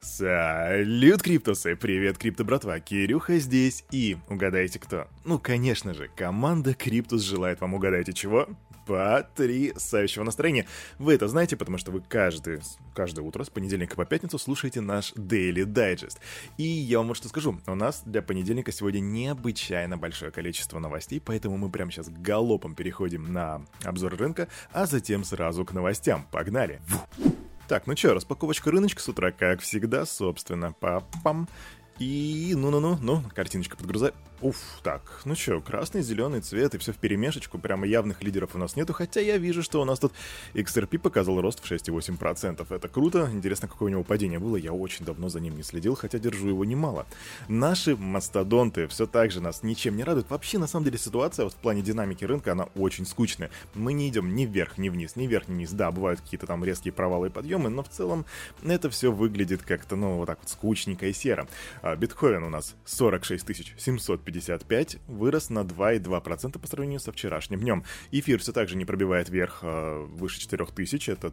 Салют, Криптусы! Привет, Крипто братва! Кирюха здесь и угадайте кто? Ну, конечно же, команда Криптус желает вам, угадайте чего? Потрясающего настроения. Вы это знаете, потому что вы каждое утро с понедельника по пятницу слушаете наш Daily Digest. И я вам вот что скажу, у нас для понедельника сегодня необычайно большое количество новостей, поэтому мы прямо сейчас галопом переходим на обзор рынка, а затем сразу к новостям. Погнали! Так, ну чё, распаковочка рыночка с утра, как всегда, собственно, пам-пам. И, картиночка подгрузай. Уф, так, ну чё, красный, зеленый цвет и все вперемешечку, прямо явных лидеров у нас нету, хотя я вижу, что у нас тут XRP показал рост в 6,8%. Это круто, интересно, какое у него падение было, я очень давно за ним не следил, хотя держу его немало. Наши мастодонты все так же нас ничем не радуют. Вообще, на самом деле, ситуация вот в плане динамики рынка, она очень скучная. Мы не идем ни вверх, ни вниз, ни вверх, ни вниз. Да, бывают какие-то там резкие провалы и подъемы, но в целом это все выглядит как-то, вот так вот скучненько и серо. Биткоин у нас 46 755, вырос на 2,2% по сравнению со вчерашним днем. Эфир все так же не пробивает вверх выше 4000, это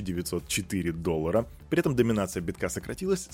$3904. При этом доминация битка сократилась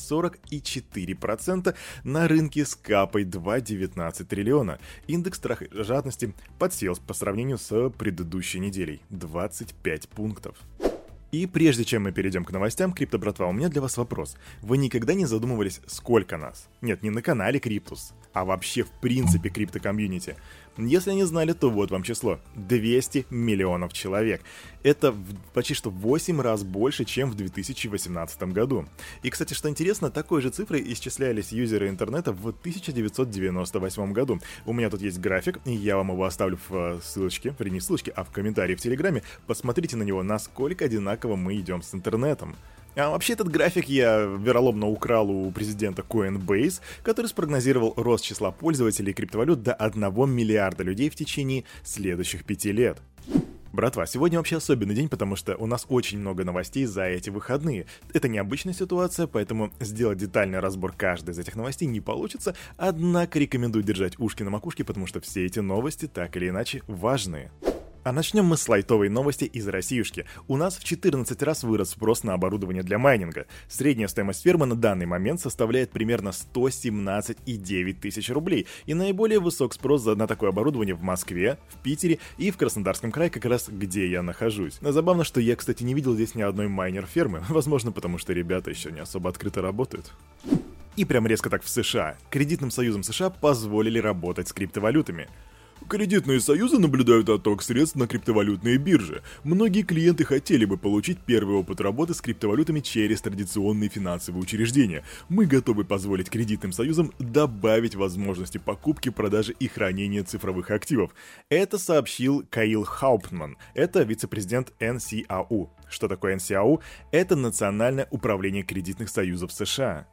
44% на рынке с капой 2,19 триллиона. Индекс страха и жадности подсел по сравнению с предыдущей неделей, 25 пунктов. И прежде чем мы перейдем к новостям, Крипто братва, у меня для вас вопрос. Вы никогда не задумывались, сколько нас? Нет, не на канале Криптус, а вообще в принципе крипто-комьюнити. Если не знали, то вот вам число. 200 миллионов человек. Это почти что в 8 раз больше, чем в 2018 году. И, кстати, что интересно, такой же цифрой исчислялись юзеры интернета в 1998 году. У меня тут есть график, и я вам его оставлю в ссылочке, не в ссылочке, а в комментарии в Телеграме. Посмотрите на него, насколько одинаково мы идем с интернетом. А вообще этот график я вероломно украл у президента Coinbase, который спрогнозировал рост числа пользователей криптовалют до 1 миллиарда людей в течение следующих 5 лет. Братва, сегодня вообще особенный день, потому что у нас очень много новостей за эти выходные. Это необычная ситуация, поэтому сделать детальный разбор каждой из этих новостей не получится, однако рекомендую держать ушки на макушке, потому что все эти новости так или иначе важные. А начнем мы с лайтовой новости из Россиюшки. У нас в 14 раз вырос спрос на оборудование для майнинга. Средняя стоимость фермы на данный момент составляет примерно 117,9 тысяч рублей. И наиболее высок спрос на такое оборудование в Москве, в Питере и в Краснодарском крае, как раз где я нахожусь. Но забавно, что я, кстати, не видел здесь ни одной майнер-фермы. Возможно, потому что ребята еще не особо открыто работают. И прям резко так в США. Кредитным союзам США позволили работать с криптовалютами. Кредитные союзы наблюдают отток средств на криптовалютные биржи. Многие клиенты хотели бы получить первый опыт работы с криптовалютами через традиционные финансовые учреждения. Мы готовы позволить кредитным союзам добавить возможности покупки, продажи и хранения цифровых активов. Это сообщил Каил Хауптман. Это вице-президент NCAU. Что такое NCAU? Это Национальное управление кредитных союзов США.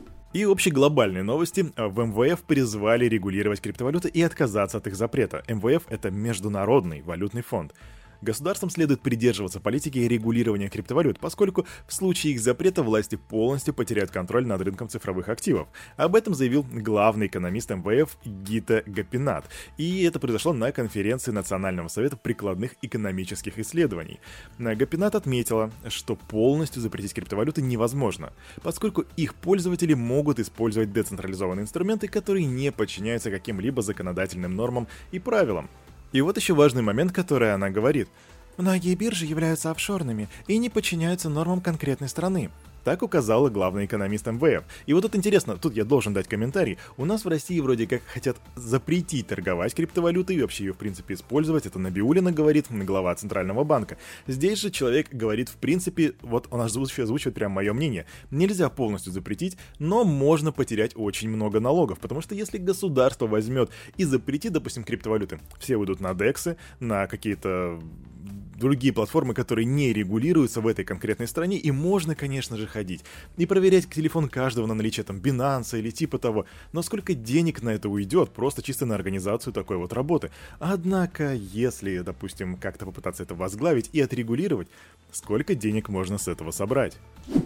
И общеглобальные новости. В МВФ призвали регулировать криптовалюты и отказаться от их запрета. МВФ — это Международный валютный фонд. Государствам следует придерживаться политики регулирования криптовалют, поскольку в случае их запрета власти полностью потеряют контроль над рынком цифровых активов. Об этом заявил главный экономист МВФ Гита Гапинат. И это произошло на конференции Национального совета прикладных экономических исследований. Гапинат отметила, что полностью запретить криптовалюты невозможно, поскольку их пользователи могут использовать децентрализованные инструменты, которые не подчиняются каким-либо законодательным нормам и правилам. И вот еще важный момент, который она говорит. Многие биржи являются офшорными и не подчиняются нормам конкретной страны. Так указала главный экономист МВФ. И вот тут интересно, тут я должен дать комментарий. У нас в России вроде как хотят запретить торговать криптовалютой и вообще ее в принципе использовать. Это Набиуллина говорит, глава Центрального банка. Здесь же человек говорит в принципе, вот он озвучивает прям мое мнение. Нельзя полностью запретить, но можно потерять очень много налогов. Потому что если государство возьмет и запретит, допустим, криптовалюты, все уйдут на дексы, на какие-то другие платформы, которые не регулируются в этой конкретной стране, и можно, конечно же, ходить и проверять телефон каждого на наличие там Binance или типа того, но сколько денег на это уйдет просто чисто на организацию такой вот работы. Однако, если, допустим, как-то попытаться это возглавить и отрегулировать, сколько денег можно с этого собрать?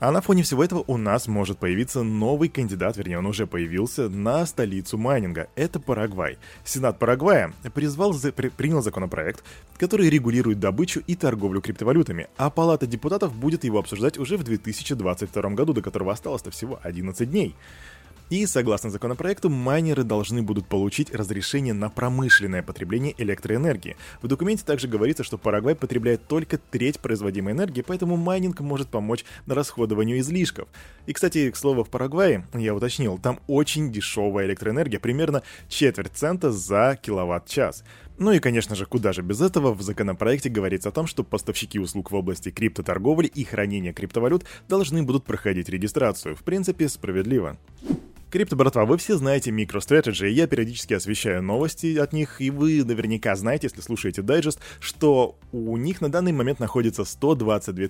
А на фоне всего этого у нас может появиться новый кандидат, вернее, он уже появился, на столицу майнинга. Это Парагвай. Сенат Парагвая принял законопроект, который регулирует добычу и торговлю криптовалютами, а Палата депутатов будет его обсуждать уже в 2022 году, до которого осталось-то всего 11 дней. И, согласно законопроекту, майнеры должны будут получить разрешение на промышленное потребление электроэнергии. В документе также говорится, что Парагвай потребляет только треть производимой энергии, поэтому майнинг может помочь на расходованию излишков. И, кстати, к слову, в Парагвае, я уточнил, там очень дешевая электроэнергия, примерно четверть цента за киловатт-час. Ну и, конечно же, куда же без этого, в законопроекте говорится о том, что поставщики услуг в области криптоторговли и хранения криптовалют должны будут проходить регистрацию. В принципе, справедливо. Крипто-братва, вы все знаете MicroStrategy, я периодически освещаю новости от них, и вы наверняка знаете, если слушаете дайджест, что у них на данный момент находится 122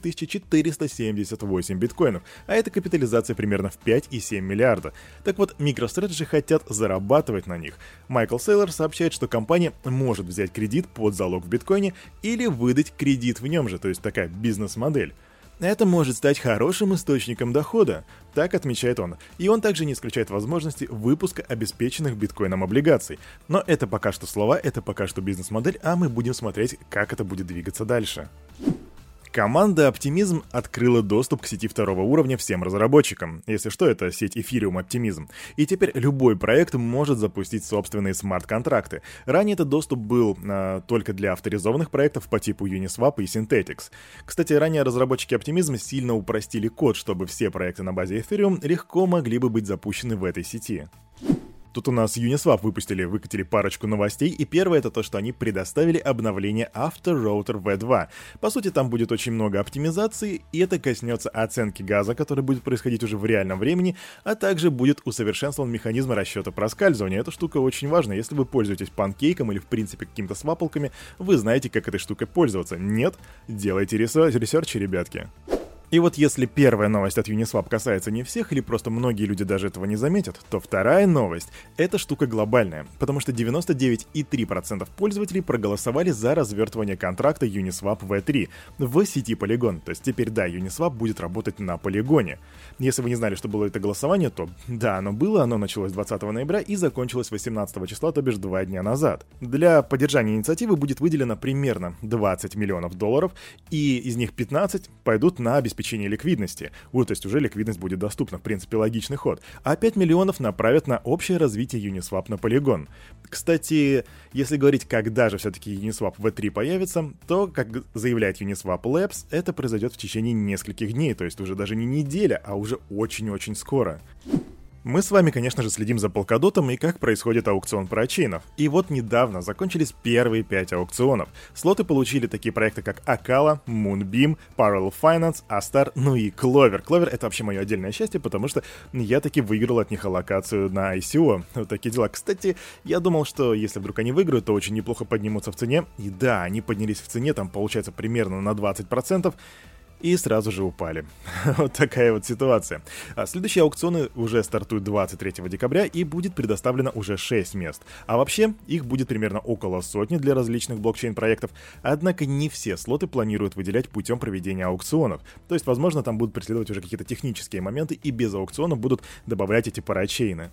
478 биткоинов, а это капитализация примерно в 5,7 миллиарда. Так вот, MicroStrategy хотят зарабатывать на них. Майкл Сейлор сообщает, что компания может взять кредит под залог в биткоине или выдать кредит в нем же, то есть такая бизнес-модель. Это может стать хорошим источником дохода, так отмечает он. И он также не исключает возможности выпуска обеспеченных биткоином облигаций. Но это пока что слова, это пока что бизнес-модель, а мы будем смотреть, как это будет двигаться дальше. Команда Optimism открыла доступ к сети второго уровня всем разработчикам. Если что, это сеть Ethereum Optimism. И теперь любой проект может запустить собственные смарт-контракты. Ранее этот доступ был только для авторизованных проектов по типу Uniswap и Synthetix. Кстати, ранее разработчики Optimism сильно упростили код, чтобы все проекты на базе Ethereum легко могли бы быть запущены в этой сети. Тут у нас Uniswap выкатили парочку новостей, и первое это то, что они предоставили обновление After-Router V2. По сути, там будет очень много оптимизации, и это коснется оценки газа, который будет происходить уже в реальном времени, а также будет усовершенствован механизм расчета проскальзывания. Эта штука очень важна. Если вы пользуетесь панкейком или, в принципе, какими-то свапалками, вы знаете, как этой штукой пользоваться. Нет? Делайте ресерчи, ребятки. И вот если первая новость от Uniswap касается не всех, или просто многие люди даже этого не заметят, то вторая новость — эта штука глобальная, потому что 99,3% пользователей проголосовали за развертывание контракта Uniswap V3 в сети Polygon. То есть теперь, да, Uniswap будет работать на полигоне. Если вы не знали, что было это голосование, то да, оно было, оно началось 20 ноября и закончилось 18 числа, то бишь 2 дня назад. Для поддержания инициативы будет выделено примерно $20 миллионов, и из них 15 пойдут на обеспечение ликвидности. Вот, то есть уже ликвидность будет доступна, в принципе, логичный ход. А 5 миллионов направят на общее развитие Uniswap на Polygon. Кстати, если говорить, когда же все-таки Uniswap V3 появится, то, как заявляет Uniswap Labs, это произойдет в течение нескольких дней, то есть уже даже не неделя, а уже очень-очень скоро. Мы с вами, конечно же, следим за Polkadot и как происходит аукцион парачейнов. И вот недавно закончились первые 5 аукционов. Слоты получили такие проекты, как Acala, Moonbeam, Parallel Finance, Astar, ну и Clover. Clover — это вообще мое отдельное счастье, потому что я таки выиграл от них аллокацию на ICO. Вот такие дела. Кстати, я думал, что если вдруг они выиграют, то очень неплохо поднимутся в цене. И да, они поднялись в цене, там получается примерно на 20%. И сразу же упали. Вот такая вот ситуация. А следующие аукционы уже стартуют 23 декабря и будет предоставлено уже 6 мест. А вообще, их будет примерно около сотни для различных блокчейн-проектов. Однако не все слоты планируют выделять путем проведения аукционов. То есть, возможно, там будут преследовать уже какие-то технические моменты и без аукционов будут добавлять эти парачейны.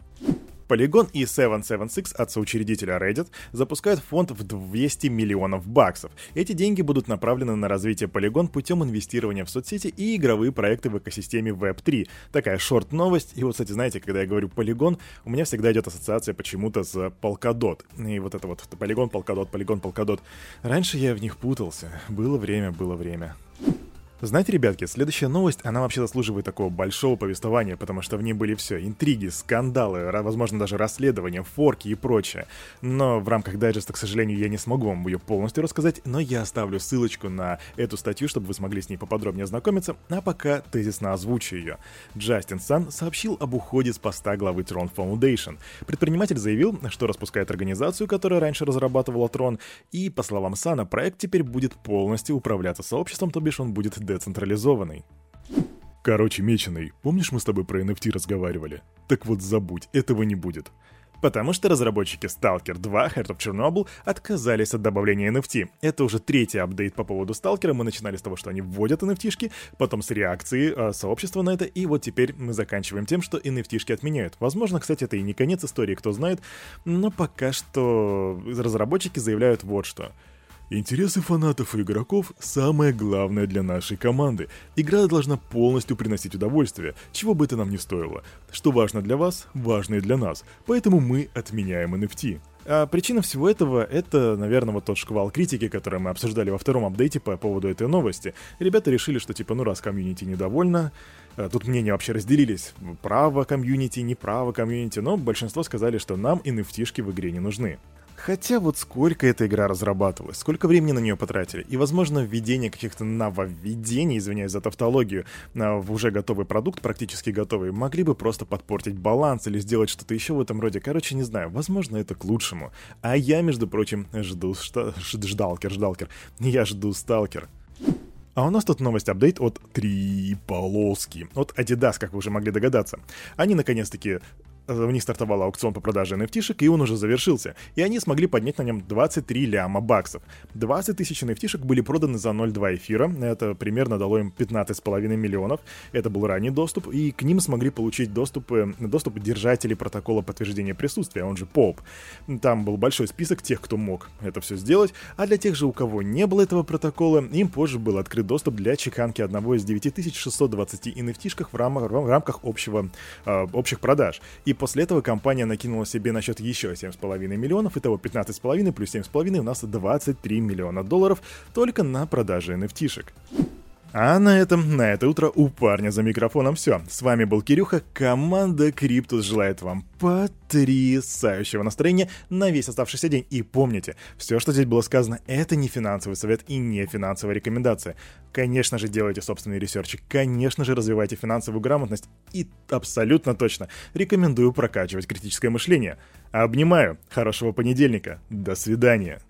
Polygon и 776 от соучредителя Reddit запускают фонд в $200 миллионов. Эти деньги будут направлены на развитие Polygon путем инвестирования в соцсети и игровые проекты в экосистеме Web3. Такая шорт-новость. И вот, кстати, знаете, когда я говорю Polygon, у меня всегда идет ассоциация почему-то с Polkadot. И вот это вот Polygon, Polkadot. Раньше я в них путался. Было время. Знаете, ребятки, следующая новость, она вообще заслуживает такого большого повествования, потому что в ней были все: интриги, скандалы, возможно, даже расследования, форки и прочее. Но в рамках дайджеста, к сожалению, я не смогу вам ее полностью рассказать, но я оставлю ссылочку на эту статью, чтобы вы смогли с ней поподробнее ознакомиться, а пока тезисно озвучу ее. Джастин Сан сообщил об уходе с поста главы Tron Foundation. Предприниматель заявил, что распускает организацию, которая раньше разрабатывала Tron, и, по словам Сана, проект теперь будет полностью управляться сообществом, то бишь он будет децентрализованный. Короче, Меченый, помнишь, мы с тобой про NFT разговаривали? Так вот забудь, этого не будет. Потому что разработчики Stalker 2 Heart of Chernobyl отказались от добавления NFT. Это уже третий апдейт по поводу Сталкера. Мы начинали с того, что они вводят NFT-шки, потом с реакции сообщества на это, и вот теперь мы заканчиваем тем, что NFT-шки отменяют. Возможно, кстати, это и не конец истории, кто знает, но пока что разработчики заявляют вот что. Интересы фанатов и игроков – самое главное для нашей команды. Игра должна полностью приносить удовольствие, чего бы это нам ни стоило. Что важно для вас, важно и для нас, поэтому мы отменяем NFT. А причина всего этого — это, наверное, вот тот шквал критики, который мы обсуждали во втором апдейте по поводу этой новости. Ребята решили, что типа, ну раз комьюнити недовольно, тут мнения вообще разделились, право комьюнити, не право комьюнити, но большинство сказали, что нам NFT-шки в игре не нужны. Хотя вот сколько эта игра разрабатывалась, сколько времени на нее потратили, и, возможно, введение каких-то нововведений, извиняюсь за тавтологию, в уже готовый продукт, практически готовый, могли бы просто подпортить баланс или сделать что-то еще в этом роде. Короче, не знаю, возможно, это к лучшему. А я, между прочим, жду Ждалкер. Я жду Сталкер. А у нас тут новость-апдейт от Три Полоски. От Adidas, как вы уже могли догадаться. Они, наконец-таки, у них стартовал аукцион по продаже NFT-шек, и он уже завершился. И они смогли поднять на нем 23 ляма баксов. 20 тысяч NFT-шек были проданы за 0,2 эфира. Это примерно дало им 15,5 миллионов. Это был ранний доступ, и к ним смогли получить доступ держателей протокола подтверждения присутствия, он же POP. Там был большой список тех, кто мог это все сделать, а для тех же, у кого не было этого протокола, им позже был открыт доступ для чеканки одного из 9620 NFT-шках в рамках общих продаж. И после этого компания накинула себе на счет еще 7,5 миллионов, итого 15,5 плюс 7,5 у нас 23 миллиона долларов только на продаже NFT-шек. А на это утро у парня за микрофоном все. С вами был Кирюха, команда Криптус желает вам потрясающего настроения на весь оставшийся день. И помните, все, что здесь было сказано, это не финансовый совет и не финансовая рекомендация. Конечно же, делайте собственный ресерч, конечно же, развивайте финансовую грамотность и абсолютно точно рекомендую прокачивать критическое мышление. Обнимаю, хорошего понедельника, до свидания.